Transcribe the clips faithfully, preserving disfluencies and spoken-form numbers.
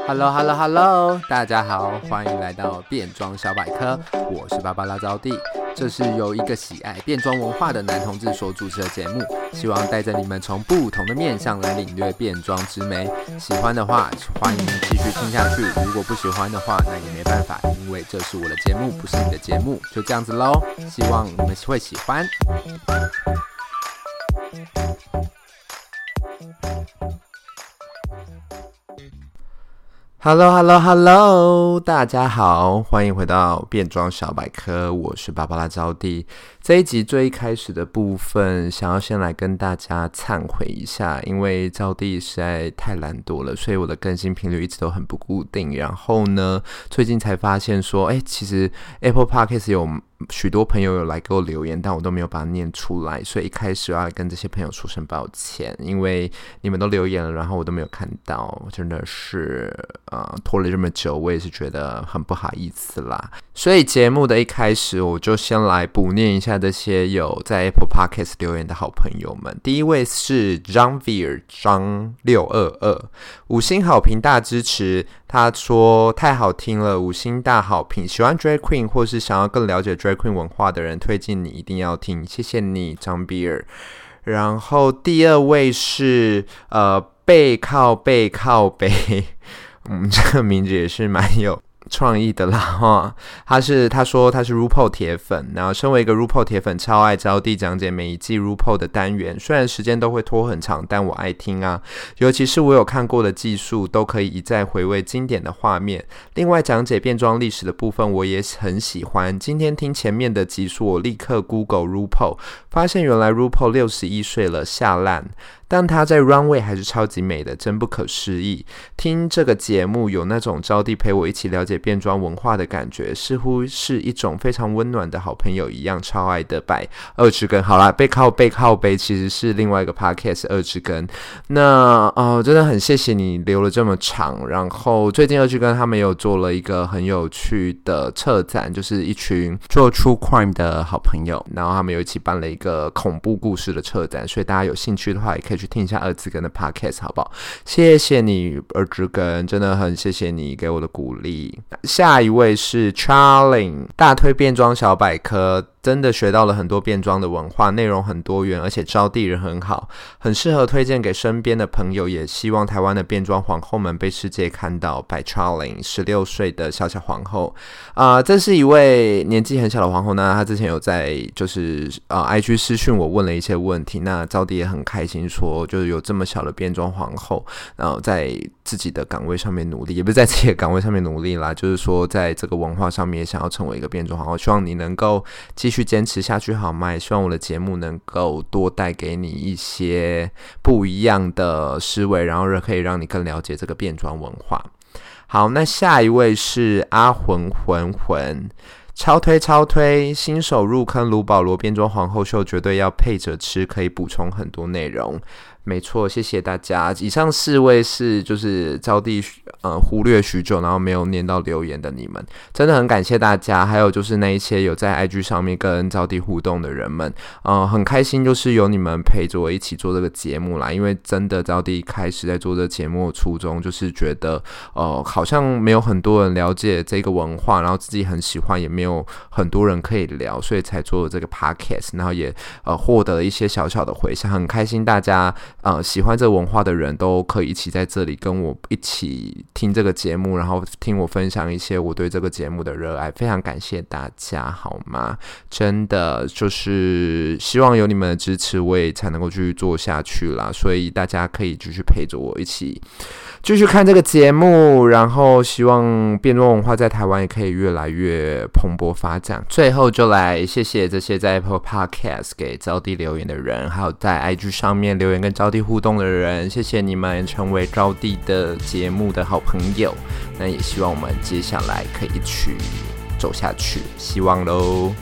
Hello Hello Hello， 大家好，欢迎来到变装小百科，我是芭芭拉招弟。这是由一个喜爱变装文化的男同志所主持的节目，希望带着你们从不同的面向来领略变装之美。喜欢的话，欢迎继续听下去；如果不喜欢的话，那也没办法，因为这是我的节目，不是你的节目，就这样子咯。希望你们会喜欢。Hello Hello Hello， 大家好，欢迎回到变装小百科，我是芭芭拉招弟。这一集最一开始的部分，想要先来跟大家忏悔一下，因为招弟实在太懒惰了，所以我的更新频率一直都很不固定。然后呢，最近才发现说，哎，其实 Apple Podcast 有许多朋友有来给我留言，但我都没有把它念出来，所以一开始我要跟这些朋友说声抱歉，因为你们都留言了，然后我都没有看到，真的是呃拖了这么久，我也是觉得很不好意思啦。所以节目的一开始，我就先来补念一下这些有在 Apple Podcast 留言的好朋友们。第一位是 Janvier 张六二二，五星好评大支持。他说太好听了，五星大好评。喜欢 Drag Queen 或是想要更了解 Drag Queen 文化的人，推荐你一定要听，谢谢你张比尔。然后第二位是呃背靠背靠背，嗯，这个名字也是蛮有创意的啦哈，他是他说他是 RuPaul 铁粉，然后身为一个 RuPaul 铁粉，超爱招弟讲解每一季 RuPaul 的单元，虽然时间都会拖很长，但我爱听啊，尤其是我有看过的技术，都可以一再回味经典的画面。另外讲解变装历史的部分，我也很喜欢。今天听前面的集数，我立刻 Google RuPaul， 发现原来 RuPaul 六十一岁了，下烂。但他在 runway 还是超级美的，真不可思议。听这个节目有那种招弟陪我一起了解变装文化的感觉，似乎是一种非常温暖的好朋友一样，超爱的拜二之根。好啦，背靠背靠背其实是另外一个 podcast 二之根。那呃，真的很谢谢你留了这么长。然后最近二之根他们有做了一个很有趣的策展，就是一群做 true crime 的好朋友，然后他们有一起办了一个恐怖故事的策展，所以大家有兴趣的话也可以去听一下二之根的 podcast 好不好？谢谢你二之根，真的很谢谢你给我的鼓励。下一位是 Charlie， 大推变装小百科，真的学到了很多变装的文化，内容很多元，而且招弟人很好，很适合推荐给身边的朋友，也希望台湾的变装皇后们被世界看到。by Charlie， 十六岁的小小皇后，呃，这是一位年纪很小的皇后呢，她之前有在就是呃 I G 私讯我问了一些问题，那招弟也很开心说，就是有这么小的变装皇后，然后在自己的岗位上面努力，也不是在自己的岗位上面努力啦，就是说在这个文化上面也想要成为一个变装皇后，希望你能够继续坚持下去好吗？也希望我的节目能够多带给你一些不一样的思维，然后可以让你更了解这个变装文化。好，那下一位是阿魂魂魂，超推超推，新手入坑卢保罗变装皇后秀绝对要配着吃，可以补充很多内容。没错，谢谢大家。以上四位是就是招弟呃忽略许久，然后没有念到留言的你们，真的很感谢大家。还有就是那一些有在 I G 上面跟招弟互动的人们，呃，很开心就是有你们陪着我一起做这个节目啦。因为真的招弟开始在做这个节目的初衷，就是觉得呃好像没有很多人了解这个文化，然后自己很喜欢，也没有很多人可以聊，所以才做了这个 podcast， 然后也呃获得了一些小小的回响，很开心大家。呃，喜欢这个文化的人都可以一起在这里跟我一起听这个节目，然后听我分享一些我对这个节目的热爱，非常感谢大家好吗？真的就是希望有你们的支持，我也才能够继续做下去啦，所以大家可以继续陪着我一起继续看这个节目，然后希望变装文化在台湾也可以越来越蓬勃发展。最后就来谢谢这些在 Apple Podcast 给招弟留言的人，还有在 I G 上面留言跟招弟互动的人，谢谢你们成为招弟的节目的好朋友。那也希望我们接下来可以一起走下去，希望咯。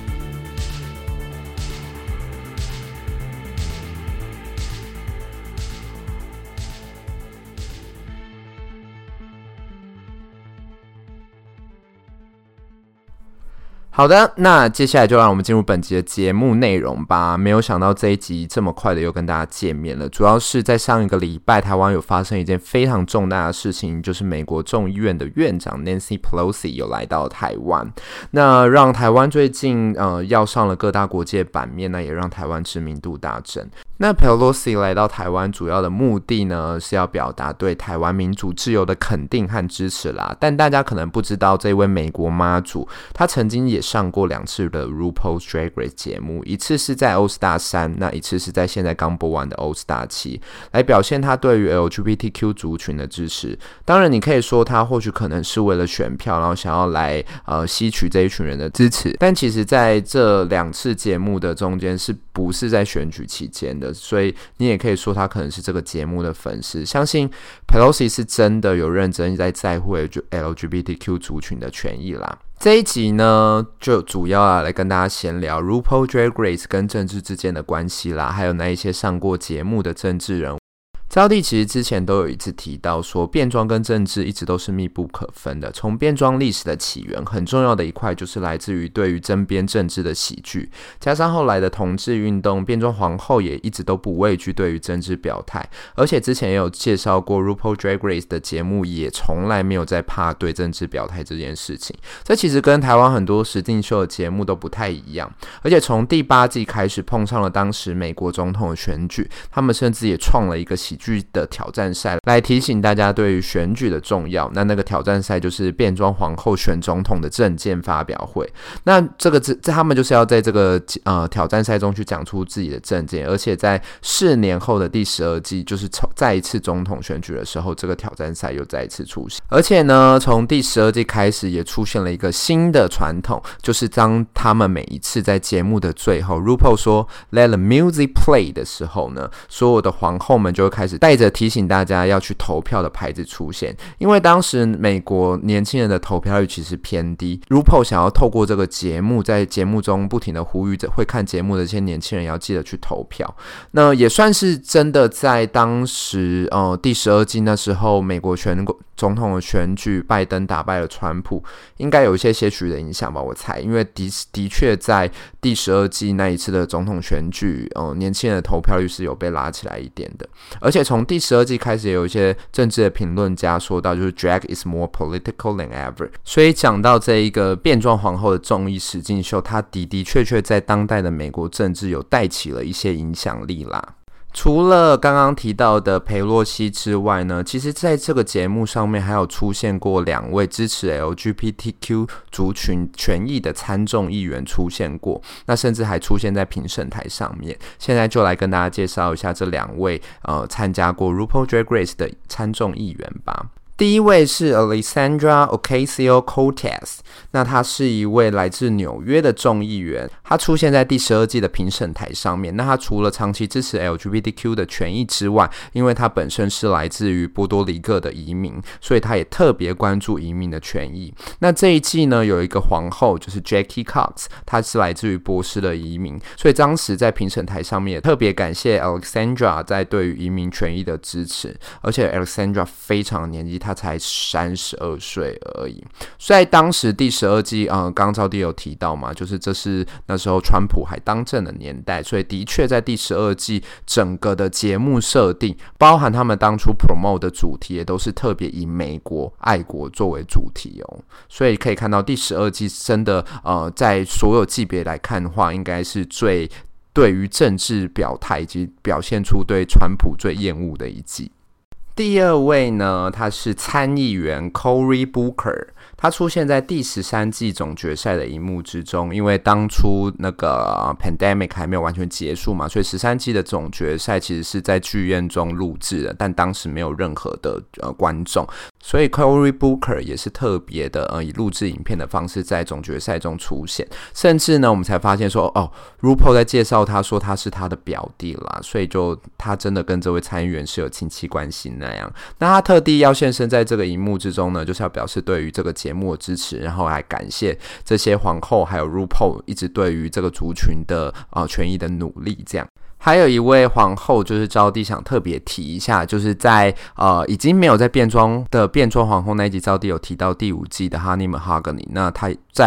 好的，那接下来就让我们进入本集的节目内容吧。没有想到这一集这么快的又跟大家见面了，主要是在上一个礼拜，台湾有发生一件非常重大的事情，就是美国众议院的院长 Nancy Pelosi 有来到台湾，那让台湾最近呃要上了各大国际版面，那也让台湾知名度大增。那 Pelosi 来到台湾主要的目的呢，是要表达对台湾民主自由的肯定和支持啦。但大家可能不知道，这位美国妈祖，她曾经也上过两次的 RuPaul's Drag Race 节目，一次是在 All Star 三，那一次是在现在刚播完的 All Star 七，来表现她对于 L G B T Q 族群的支持。当然，你可以说她或许可能是为了选票，然后想要来呃吸取这一群人的支持，但其实在这两次节目的中间，是不是在选举期间的？所以你也可以说他可能是这个节目的粉丝，相信 Pelosi 是真的有认真在在乎 L G B T Q 族群的权益啦。这一集呢，就主要啊来跟大家闲聊 RuPaul Drag Race 跟政治之间的关系啦，还有那一些上过节目的政治人物。招娣其实之前都有一次提到说，变装跟政治一直都是密不可分的。从变装历史的起源，很重要的一块就是来自于对于争辩政治的喜剧，加上后来的同志运动，变装皇后也一直都不畏惧对于政治表态。而且之前也有介绍过 RuPaul Drag Race 的节目，也从来没有在怕对政治表态这件事情。这其实跟台湾很多实境秀的节目都不太一样。而且从第八季开始碰上了当时美国总统的选举，他们甚至也创了一个喜剧的挑战赛来提醒大家对于选举的重要。那那个挑战赛就是变装皇后选总统的政见发表会。那这个他们就是要在这个呃挑战赛中去讲出自己的政见，而且在四年后的第十二季，就是再一次总统选举的时候，这个挑战赛又再一次出现。而且呢，从第十二季开始也出现了一个新的传统，就是当他们每一次在节目的最后 RuPaul 说 Let the music play 的时候呢，所有的皇后们就会开始带着提醒大家要去投票的牌子出现。因为当时美国年轻人的投票率其实偏低， RuPaul 想要透过这个节目，在节目中不停的呼吁着会看节目的这些年轻人要记得去投票。那也算是真的在当时呃第十二季那时候，美国选总统的选举，拜登打败了川普，应该有一些些许的影响吧，我猜。因为的的确在第十二季那一次的总统选举，呃年轻人的投票率是有被拉起来一点的。而且从第十二季开始，也有一些政治的评论家说到，就是 Drag is more political than ever。所以讲到这一个变装皇后的综艺实境秀，它的的确确在当代的美国政治有带起了一些影响力啦。除了刚刚提到的裴洛西之外呢，其实在这个节目上面还有出现过两位支持 L G B T Q 族群权益的参众议员出现过，那甚至还出现在评审台上面。现在就来跟大家介绍一下这两位呃参加过 RuPaul Drag Race 的参众议员吧。第一位是 Alexandria Ocasio-Cortez， 那她是一位来自纽约的众议员，她出现在第十二季的评审台上面。那她除了长期支持 L G B T Q 的权益之外，因为她本身是来自于波多黎各的移民，所以她也特别关注移民的权益。那这一季呢，有一个皇后就是 Jackie Cox， 她是来自于波士的移民，所以当时在评审台上面也特别感谢 Alexandria 在对于移民权益的支持。而且 Alexandria 非常的年纪，他才三十二岁而已。所以在当时第十二季，呃，刚刚招娣有提到嘛，就是这是那时候川普还当政的年代，所以的确在第十二季整个的节目设定，包含他们当初 promote 的主题，也都是特别以美国爱国作为主题哦。所以可以看到第十二季真的，呃，在所有季别来看的话，应该是最对于政治表态以及表现出对川普最厌恶的一季。第二位呢，他是参议员 Cory Booker， 他出现在第十三季总决赛的荧幕之中。因为当初那个 pandemic 还没有完全结束嘛，所以十三季的总决赛其实是在剧院中录制的，但当时没有任何的、呃、观众，所以 Cory Booker 也是特别的、呃、以录制影片的方式在总决赛中出现。甚至呢，我们才发现说，哦 RuPaul 在介绍他说他是他的表弟啦，所以就他真的跟这位参议员是有亲戚关系那样。那他特地要现身在这个荧幕之中呢，就是要表示对于这个节目的支持，然后还感谢这些皇后还有 RuPaul 一直对于这个族群的、呃、权益的努力这样。还有一位皇后，就是招娣想特别提一下，就是在呃已经没有在变装的变装皇后那一集，招娣有提到第五季的 Honey Mahogany， 那她在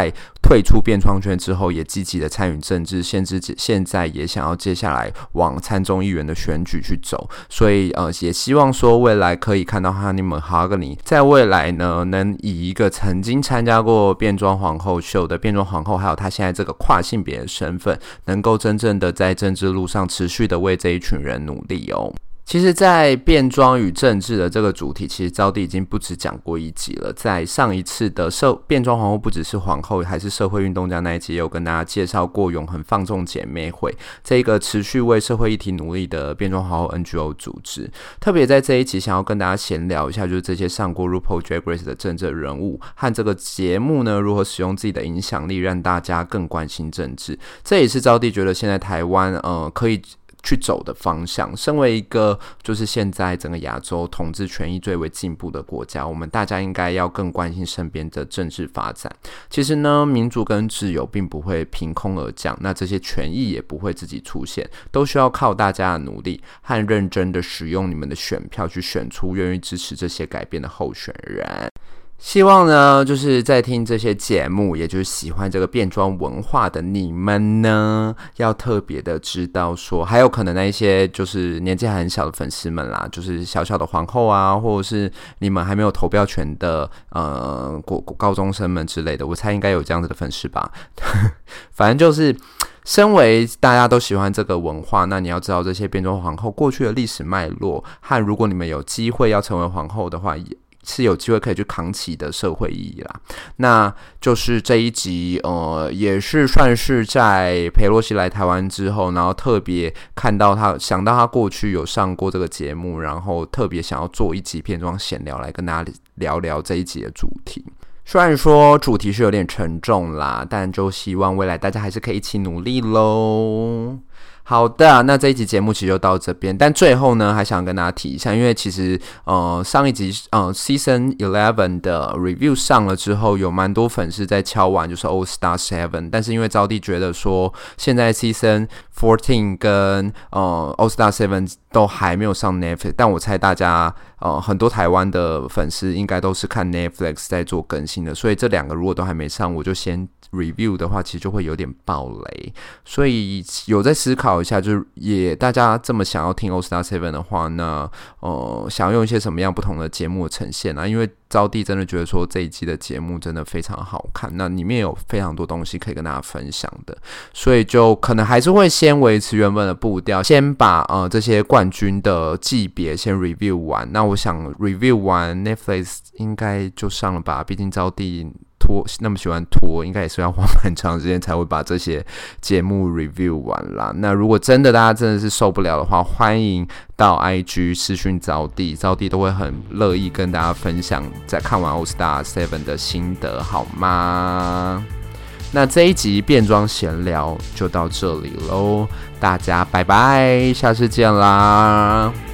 退出变装圈之后，也积极的参与政治，甚至现在也想要接下来往参众议员的选举去走，所以呃，也希望说未来可以看到 Honey Mahogany 在未来呢，能以一个曾经参加过变装皇后秀的变装皇后，还有她现在这个跨性别的身份，能够真正的在政治路上持续的为这一群人努力哦。其实在变装与政治的这个主题，其实招娣已经不止讲过一集了。在上一次的社变装皇后不只是皇后，还是社会运动家那一集，也有跟大家介绍过永恒放纵姐妹会这一个持续为社会议题努力的变装皇后 N G O 组织。特别在这一集想要跟大家闲聊一下，就是这些上过 RuPaul Drag Race 的政治人物和这个节目呢，如何使用自己的影响力让大家更关心政治。这也是招娣觉得现在台湾呃可以去走的方向。身为一个就是现在整个亚洲统治权益最为进步的国家，我们大家应该要更关心身边的政治发展。其实呢，民主跟自由并不会凭空而降，那这些权益也不会自己出现，都需要靠大家的努力和认真的使用你们的选票去选出愿意支持这些改变的候选人。希望呢，就是在听这些节目，也就是喜欢这个变装文化的你们呢，要特别的知道说，还有可能那一些就是年纪还很小的粉丝们啦，就是小小的皇后啊，或者是你们还没有投票权的呃高中生们之类的，我猜应该有这样子的粉丝吧。反正就是身为大家都喜欢这个文化，那你要知道这些变装皇后过去的历史脉络，和如果你们有机会要成为皇后的话，也是有机会可以去扛起的社会意义啦。那就是这一集呃，也是算是在裴洛西来台湾之后，然后特别看到他，想到他过去有上过这个节目，然后特别想要做一集变装闲聊来跟大家聊聊这一集的主题。虽然说主题是有点沉重啦，但就希望未来大家还是可以一起努力咯。好的，那这一集节目其实就到这边，但最后呢，还想跟大家提一下，因为其实呃上一集呃 Season 十一的 Review 上了之后，有蛮多粉丝在敲碗，就是 All Star 七，但是因为招娣觉得说现在 Season 十四跟呃 All Star 七都还没有上 Netflix， 但我猜大家呃很多台湾的粉丝应该都是看 Netflix 在做更新的，所以这两个如果都还没上，我就先 Review 的话，其实就会有点爆雷，所以有在思考一下，就是也大家这么想要听 All Star 七的话，那呃想要用一些什么样不同的节目的呈现啊？因为招娣真的觉得说这一季的节目真的非常好看，那里面有非常多东西可以跟大家分享的，所以就可能还是会先维持原本的步调，先把呃这些冠军的季别先 review 完。那我想 review 完 Netflix 应该就上了吧，毕竟招娣拖那么喜欢拖，应该也是要花蛮长时间才会把这些节目 review 完啦。那如果真的大家真的是受不了的话，欢迎到 I G 私讯招娣，招娣都会很乐意跟大家分享在看完 All Star 七的心得，好吗？那这一集变装闲聊就到这里咯，大家拜拜，下次见啦。